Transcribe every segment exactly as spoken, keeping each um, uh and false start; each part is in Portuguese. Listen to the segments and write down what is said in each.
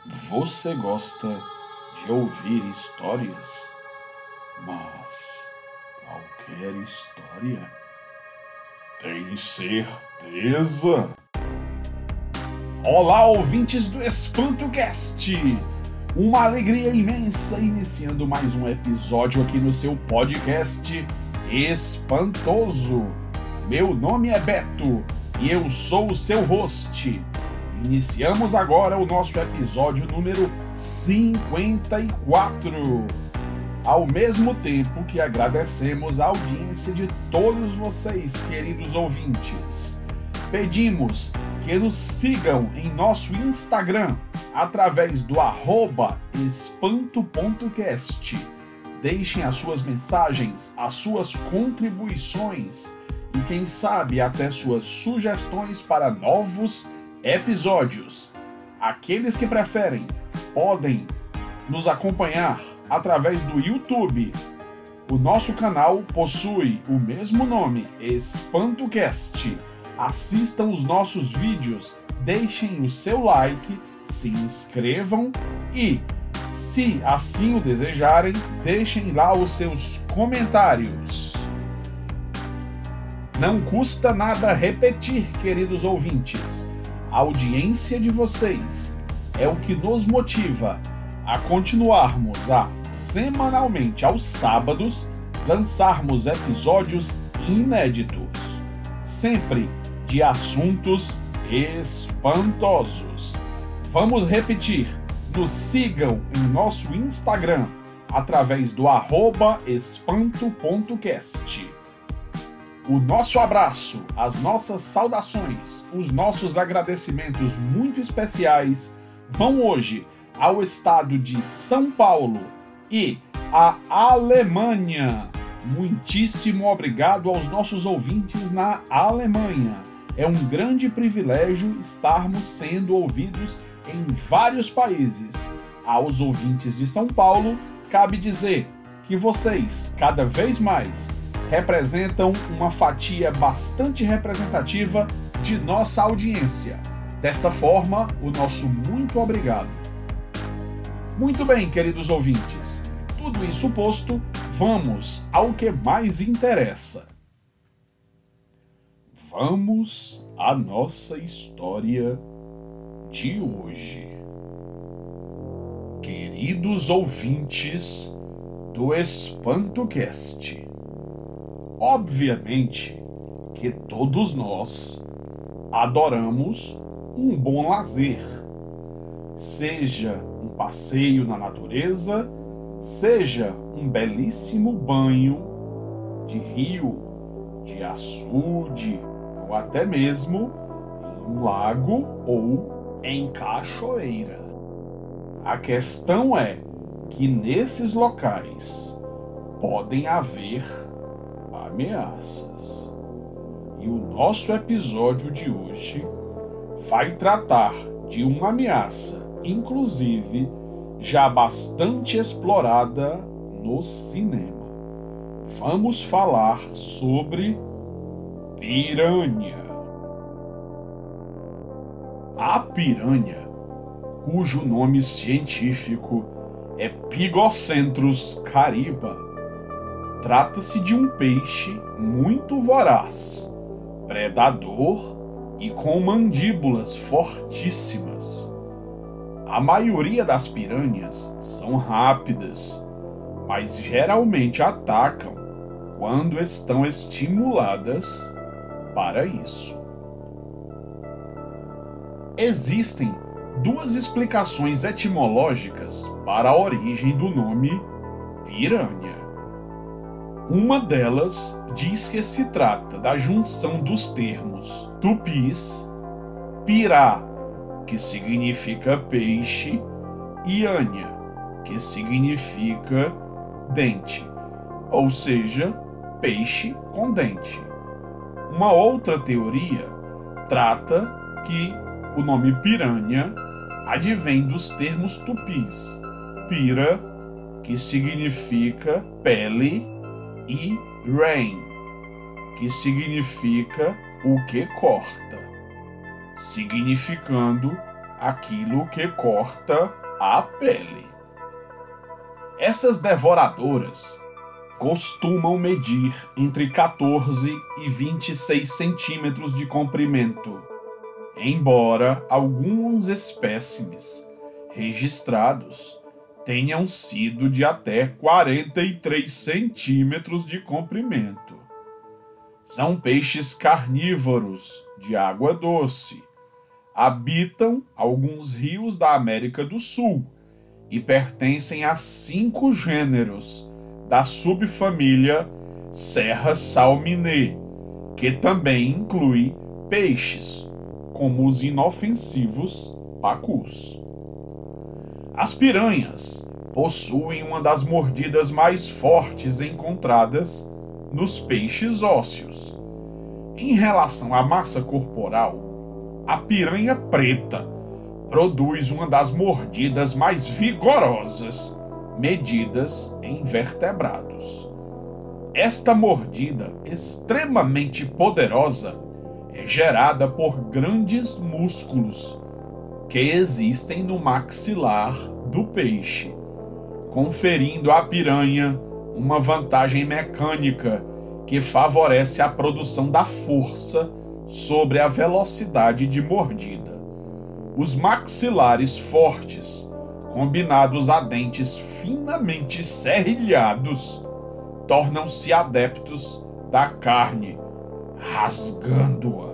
Você gosta de ouvir histórias? Mas qualquer história? Tem certeza? Olá, ouvintes do EspantoCast! Uma alegria imensa iniciando mais um episódio aqui no seu podcast Espantoso. Meu nome é Beto e eu sou o seu host. Iniciamos agora o nosso episódio número cinquenta e quatro. Ao mesmo tempo que agradecemos a audiência de todos vocês, queridos ouvintes, pedimos que nos sigam em nosso Instagram através do arroba espanto.cast. Deixem as suas mensagens, as suas contribuições e quem sabe até suas sugestões para novos episódios. Aqueles que preferem podem nos acompanhar através do YouTube. O nosso canal possui o mesmo nome, EspantoCast. Assistam os nossos vídeos, deixem o seu like, se inscrevam e, se assim o desejarem, deixem lá os seus comentários. Não custa nada repetir, queridos ouvintes. A audiência de vocês é o que nos motiva a continuarmos a, semanalmente aos sábados, lançarmos episódios inéditos, sempre de assuntos espantosos. Vamos repetir, nos sigam em nosso Instagram, através do arroba espanto.cast. O nosso abraço, as nossas saudações, os nossos agradecimentos muito especiais vão hoje ao estado de São Paulo e à Alemanha. Muitíssimo obrigado aos nossos ouvintes na Alemanha. É um grande privilégio estarmos sendo ouvidos em vários países. Aos ouvintes de São Paulo, cabe dizer que vocês, cada vez mais, representam uma fatia bastante representativa de nossa audiência. Desta forma, o nosso muito obrigado. Muito bem, queridos ouvintes. Tudo isso posto, vamos ao que mais interessa. Vamos à nossa história de hoje. Queridos ouvintes do EspantoCast, obviamente que todos nós adoramos um bom lazer, seja um passeio na natureza, seja um belíssimo banho de rio, de açude, ou até mesmo em um lago ou em cachoeira. A questão é que nesses locais podem haver ameaças. E o nosso episódio de hoje vai tratar de uma ameaça, inclusive já bastante explorada no cinema. Vamos falar sobre piranha. A piranha, cujo nome científico é Pygocentrus cariba, trata-se de um peixe muito voraz, predador e com mandíbulas fortíssimas. A maioria das piranhas são rápidas, mas geralmente atacam quando estão estimuladas para isso. Existem duas explicações etimológicas para a origem do nome piranha. Uma delas diz que se trata da junção dos termos tupis, pirá, que significa peixe, e anha, que significa dente, ou seja, peixe com dente. Uma outra teoria trata que o nome piranha advém dos termos tupis, pira, que significa pele, e rain, que significa o que corta, significando aquilo que corta a pele. Essas devoradoras costumam medir entre quatorze e vinte e seis centímetros de comprimento, embora alguns espécimes registrados tenham sido de até quarenta e três centímetros de comprimento. São peixes carnívoros de água doce. Habitam alguns rios da América do Sul e pertencem a cinco gêneros da subfamília Serrasalminae, que também inclui peixes, como os inofensivos pacus. As piranhas possuem uma das mordidas mais fortes encontradas nos peixes ósseos. Em relação à massa corporal, a piranha preta produz uma das mordidas mais vigorosas medidas em vertebrados. Esta mordida extremamente poderosa é gerada por grandes músculos que existem no maxilar do peixe, conferindo à piranha uma vantagem mecânica que favorece a produção da força sobre a velocidade de mordida. Os maxilares fortes, combinados a dentes finamente serrilhados, tornam-se adeptos da carne, rasgando-a.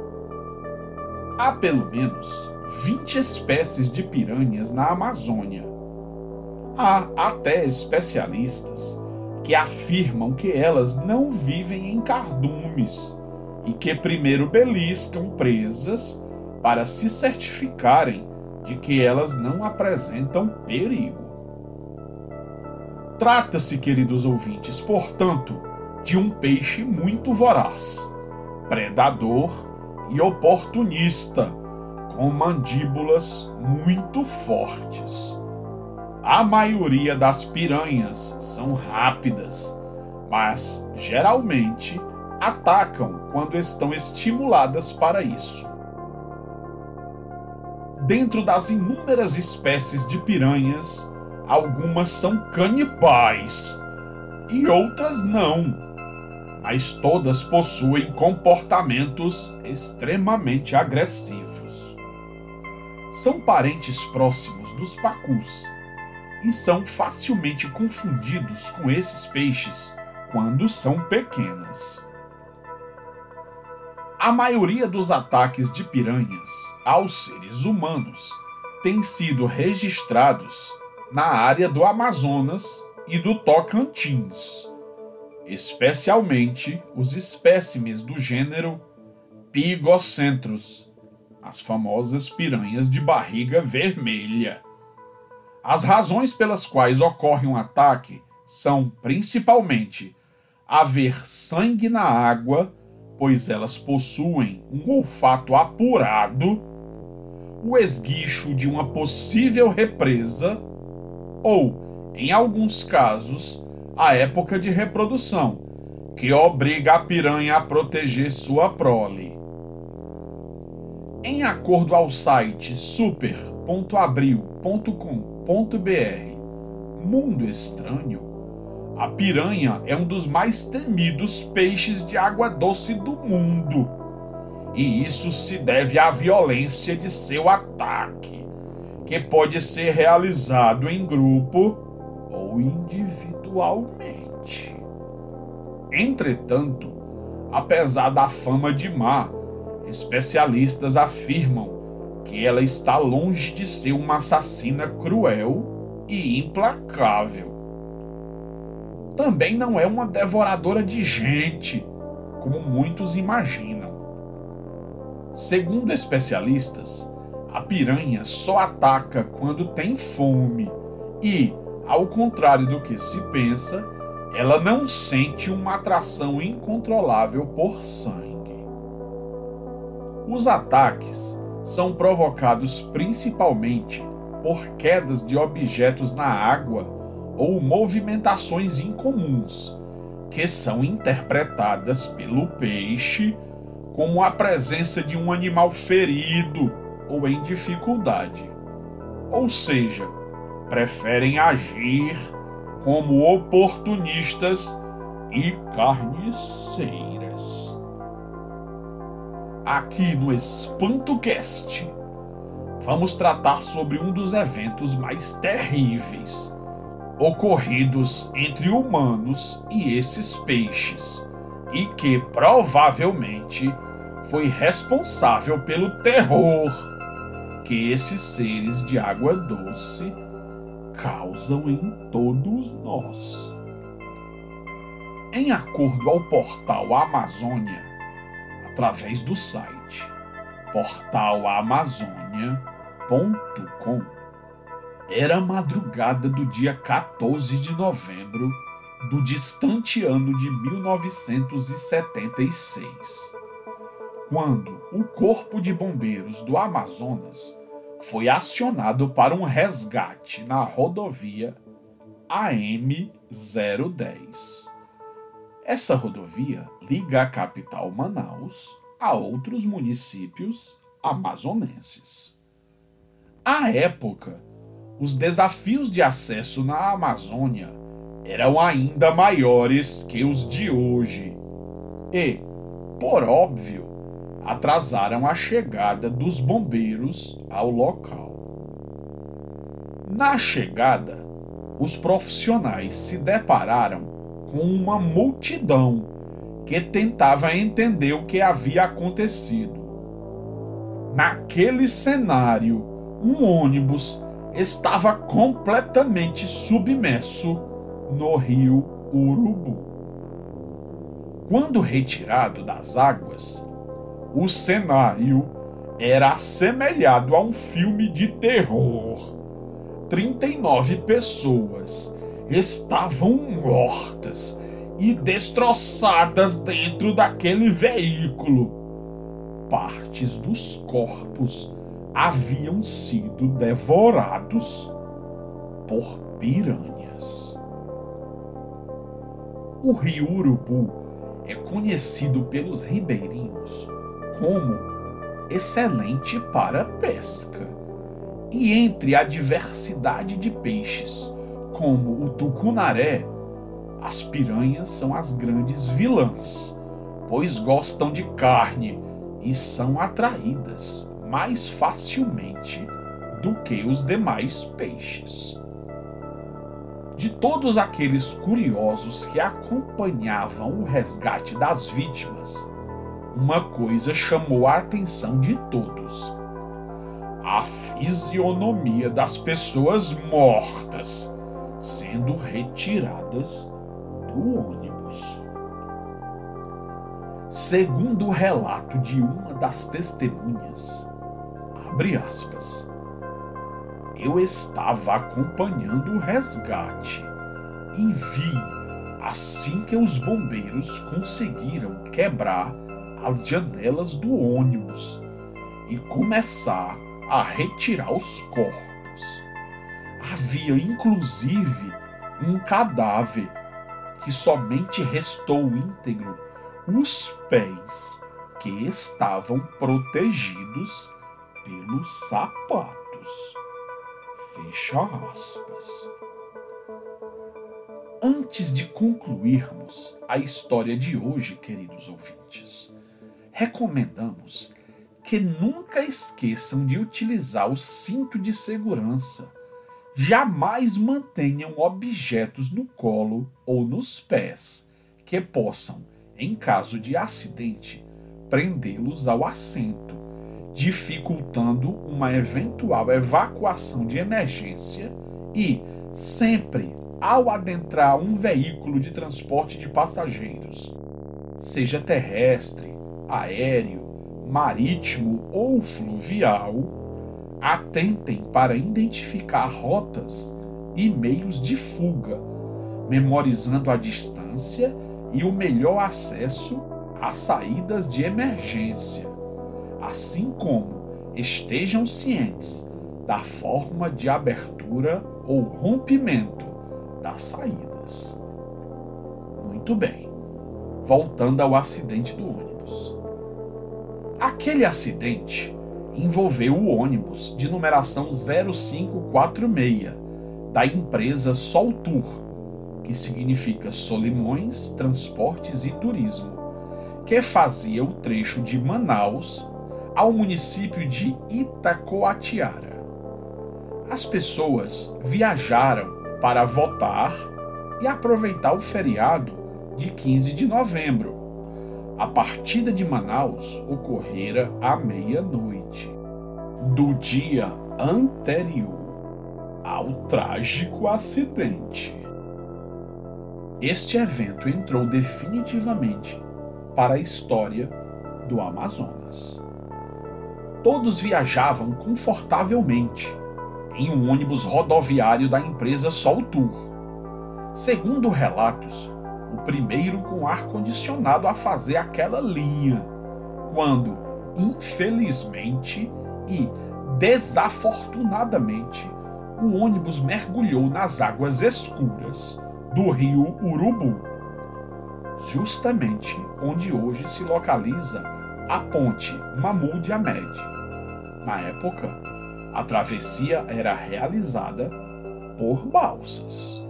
Há pelo menos vinte espécies de piranhas na Amazônia. Há até especialistas que afirmam que elas não vivem em cardumes e que primeiro beliscam presas para se certificarem de que elas não apresentam perigo. Trata-se, queridos ouvintes, portanto, de um peixe muito voraz, predador e oportunista, com mandíbulas muito fortes. A maioria das piranhas são rápidas, mas geralmente atacam quando estão estimuladas para isso. Dentro das inúmeras espécies de piranhas, algumas são canibais e outras não, mas todas possuem comportamentos extremamente agressivos. São parentes próximos dos pacus e são facilmente confundidos com esses peixes quando são pequenas. A maioria dos ataques de piranhas aos seres humanos tem sido registrados na área do Amazonas e do Tocantins, especialmente os espécimes do gênero Pygocentrus, as famosas piranhas de barriga vermelha. As razões pelas quais ocorre um ataque são principalmente haver sangue na água, pois elas possuem um olfato apurado, o esguicho de uma possível represa ou, em alguns casos, a época de reprodução, que obriga a piranha a proteger sua prole. Em acordo ao site super ponto abril ponto com ponto br Mundo Estranho, a piranha é um dos mais temidos peixes de água doce do mundo, e isso se deve à violência de seu ataque, que pode ser realizado em grupo ou individualmente. Entretanto, apesar da fama de má, especialistas afirmam que ela está longe de ser uma assassina cruel e implacável. Também não é uma devoradora de gente, como muitos imaginam. Segundo especialistas, a piranha só ataca quando tem fome e, ao contrário do que se pensa, ela não sente uma atração incontrolável por sangue. Os ataques são provocados principalmente por quedas de objetos na água ou movimentações incomuns, que são interpretadas pelo peixe como a presença de um animal ferido ou em dificuldade. Ou seja, preferem agir como oportunistas e carniceiras. Aqui no EspantoCast, vamos tratar sobre um dos eventos mais terríveis ocorridos entre humanos e esses peixes, e que provavelmente foi responsável pelo terror que esses seres de água doce causam em todos nós. Em acordo ao portal Amazônia, através do site portal amazônia ponto com, era madrugada do dia quatorze de novembro do distante ano de mil novecentos e setenta e seis, quando o Corpo de Bombeiros do Amazonas foi acionado para um resgate na rodovia A M zero dez. Essa rodovia liga a capital Manaus a outros municípios amazonenses. À época, os desafios de acesso na Amazônia eram ainda maiores que os de hoje e, por óbvio, atrasaram a chegada dos bombeiros ao local. Na chegada, os profissionais se depararam com uma multidão que tentava entender o que havia acontecido. Naquele cenário, um ônibus estava completamente submerso no rio Urubu. Quando retirado das águas, o cenário era assemelhado a um filme de terror. trinta e nove pessoas estavam mortas e destroçadas dentro daquele veículo. Partes dos corpos haviam sido devorados por piranhas. O rio Urubu é conhecido pelos ribeirinhos como excelente para pesca. E entre a diversidade de peixes, como o tucunaré, as piranhas são as grandes vilãs, pois gostam de carne e são atraídas mais facilmente do que os demais peixes. De todos aqueles curiosos que acompanhavam o resgate das vítimas, uma coisa chamou a atenção de todos: a fisionomia das pessoas mortas sendo retiradas do ônibus. Segundo o relato de uma das testemunhas, abre aspas, eu estava acompanhando o resgate e vi assim que os bombeiros conseguiram quebrar as janelas do ônibus e começar a retirar os corpos. Havia inclusive um cadáver que somente restou íntegro os pés, que estavam protegidos pelos sapatos. Fecha aspas. Antes de concluirmos a história de hoje, queridos ouvintes, recomendamos que nunca esqueçam de utilizar o cinto de segurança. Jamais mantenham objetos no colo ou nos pés que possam, em caso de acidente, prendê-los ao assento, dificultando uma eventual evacuação de emergência e, sempre ao adentrar um veículo de transporte de passageiros, seja terrestre, aéreo, marítimo ou fluvial, atentem para identificar rotas e meios de fuga, memorizando a distância e o melhor acesso às saídas de emergência, assim como estejam cientes da forma de abertura ou rompimento das saídas. Muito bem, voltando ao acidente do ônibus. Aquele acidente envolveu o ônibus de numeração zero cinco quatro seis da empresa Soltour, que significa Solimões, Transportes e Turismo, que fazia o trecho de Manaus ao município de Itacoatiara. As pessoas viajaram para votar e aproveitar o feriado de quinze de novembro. A partida de Manaus ocorrera à meia-noite do dia anterior ao trágico acidente. Este evento entrou definitivamente para a história do Amazonas. Todos viajavam confortavelmente em um ônibus rodoviário da empresa Soltour. Segundo relatos, o primeiro com ar-condicionado a fazer aquela linha, quando, infelizmente e desafortunadamente, o ônibus mergulhou nas águas escuras do rio Urubu, justamente onde hoje se localiza a ponte Mahmoud Ahmed. Na época, a travessia era realizada por balsas.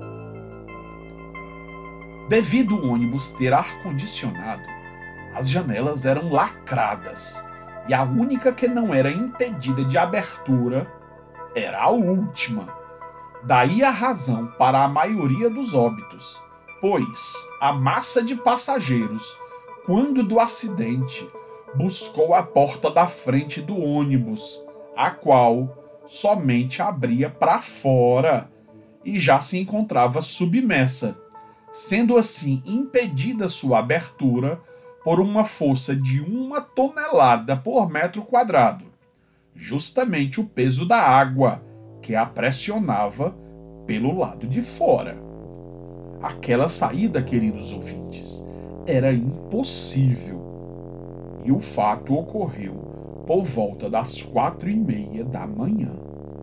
Devido ao ônibus ter ar-condicionado, as janelas eram lacradas e a única que não era impedida de abertura era a última. Daí a razão para a maioria dos óbitos, pois a massa de passageiros, quando do acidente, buscou a porta da frente do ônibus, a qual somente abria para fora e já se encontrava submersa, sendo assim impedida sua abertura por uma força de uma tonelada por metro quadrado, justamente o peso da água que a pressionava pelo lado de fora. Aquela saída, queridos ouvintes, era impossível, e o fato ocorreu por volta das quatro e meia da manhã.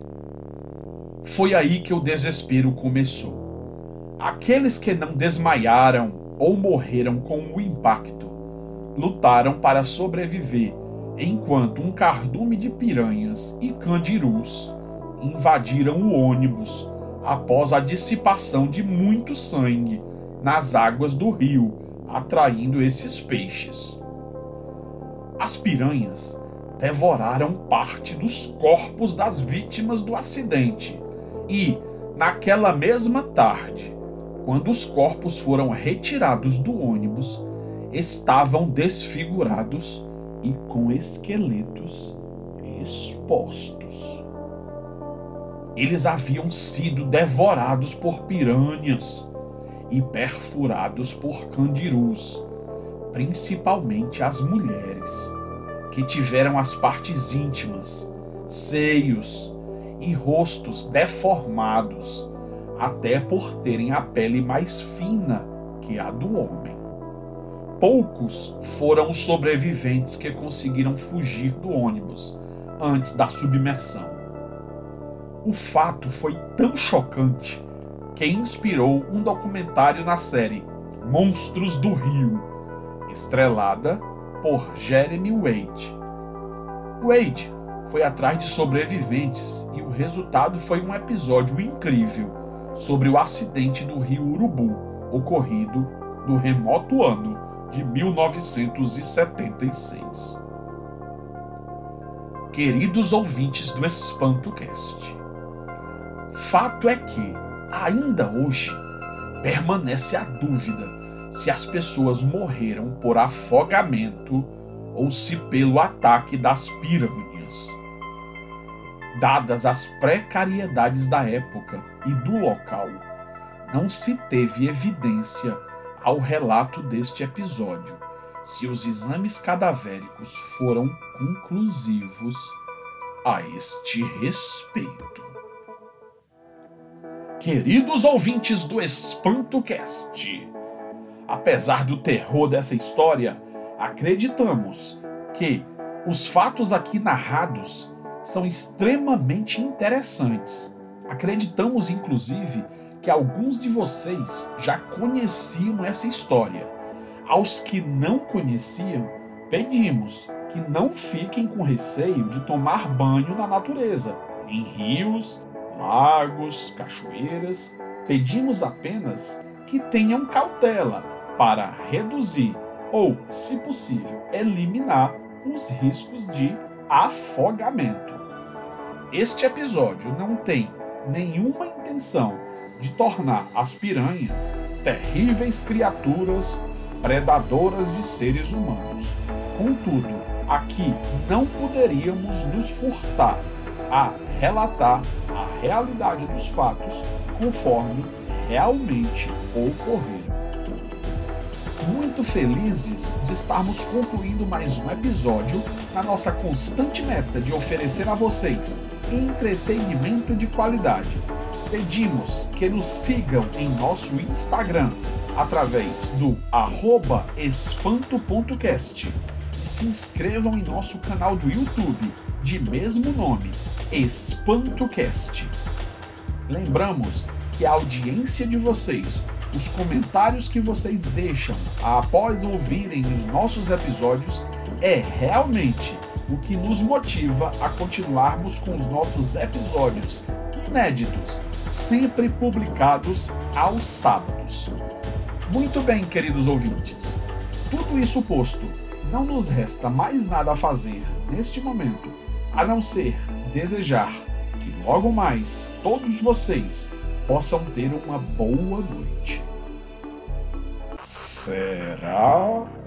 Foi aí que o desespero começou. Aqueles que não desmaiaram ou morreram com o impacto lutaram para sobreviver, enquanto um cardume de piranhas e candirus invadiram o ônibus após a dissipação de muito sangue nas águas do rio, atraindo esses peixes. As piranhas devoraram parte dos corpos das vítimas do acidente e, naquela mesma tarde, quando os corpos foram retirados do ônibus, estavam desfigurados e com esqueletos expostos. Eles haviam sido devorados por piranhas e perfurados por candirus, principalmente as mulheres, que tiveram as partes íntimas, seios e rostos deformados, até por terem a pele mais fina que a do homem. Poucos foram os sobreviventes que conseguiram fugir do ônibus antes da submersão. O fato foi tão chocante que inspirou um documentário na série Monstros do Rio, estrelada por Jeremy Wade. Wade foi atrás de sobreviventes e o resultado foi um episódio incrível sobre o acidente do rio Urubu, ocorrido no remoto ano de mil novecentos e setenta e seis. Queridos ouvintes do EspantoCast, fato é que, ainda hoje, permanece a dúvida se as pessoas morreram por afogamento ou se pelo ataque das piranhas. Dadas as precariedades da época e do local, não se teve evidência ao relato deste episódio se os exames cadavéricos foram conclusivos a este respeito. Queridos ouvintes do EspantoCast, apesar do terror dessa história, acreditamos que os fatos aqui narrados são extremamente interessantes. Acreditamos, inclusive, que alguns de vocês já conheciam essa história. Aos que não conheciam, pedimos que não fiquem com receio de tomar banho na natureza, em rios, lagos, cachoeiras. Pedimos apenas que tenham cautela para reduzir ou, se possível, eliminar os riscos de afogamento. Este episódio não tem nenhuma intenção de tornar as piranhas terríveis criaturas predadoras de seres humanos. Contudo, aqui não poderíamos nos furtar a relatar a realidade dos fatos conforme realmente ocorreram. Muito felizes de estarmos concluindo mais um episódio na nossa constante meta de oferecer a vocês entretenimento de qualidade. Pedimos que nos sigam em nosso Instagram através do arroba espanto ponto cast e se inscrevam em nosso canal do YouTube de mesmo nome, EspantoCast. Lembramos que a audiência de vocês, os comentários que vocês deixam após ouvirem os nossos episódios é realmente o que nos motiva a continuarmos com os nossos episódios inéditos, sempre publicados aos sábados. Muito bem, queridos ouvintes. Tudo isso posto, não nos resta mais nada a fazer neste momento, a não ser desejar que logo mais todos vocês possam ter uma boa noite. Será?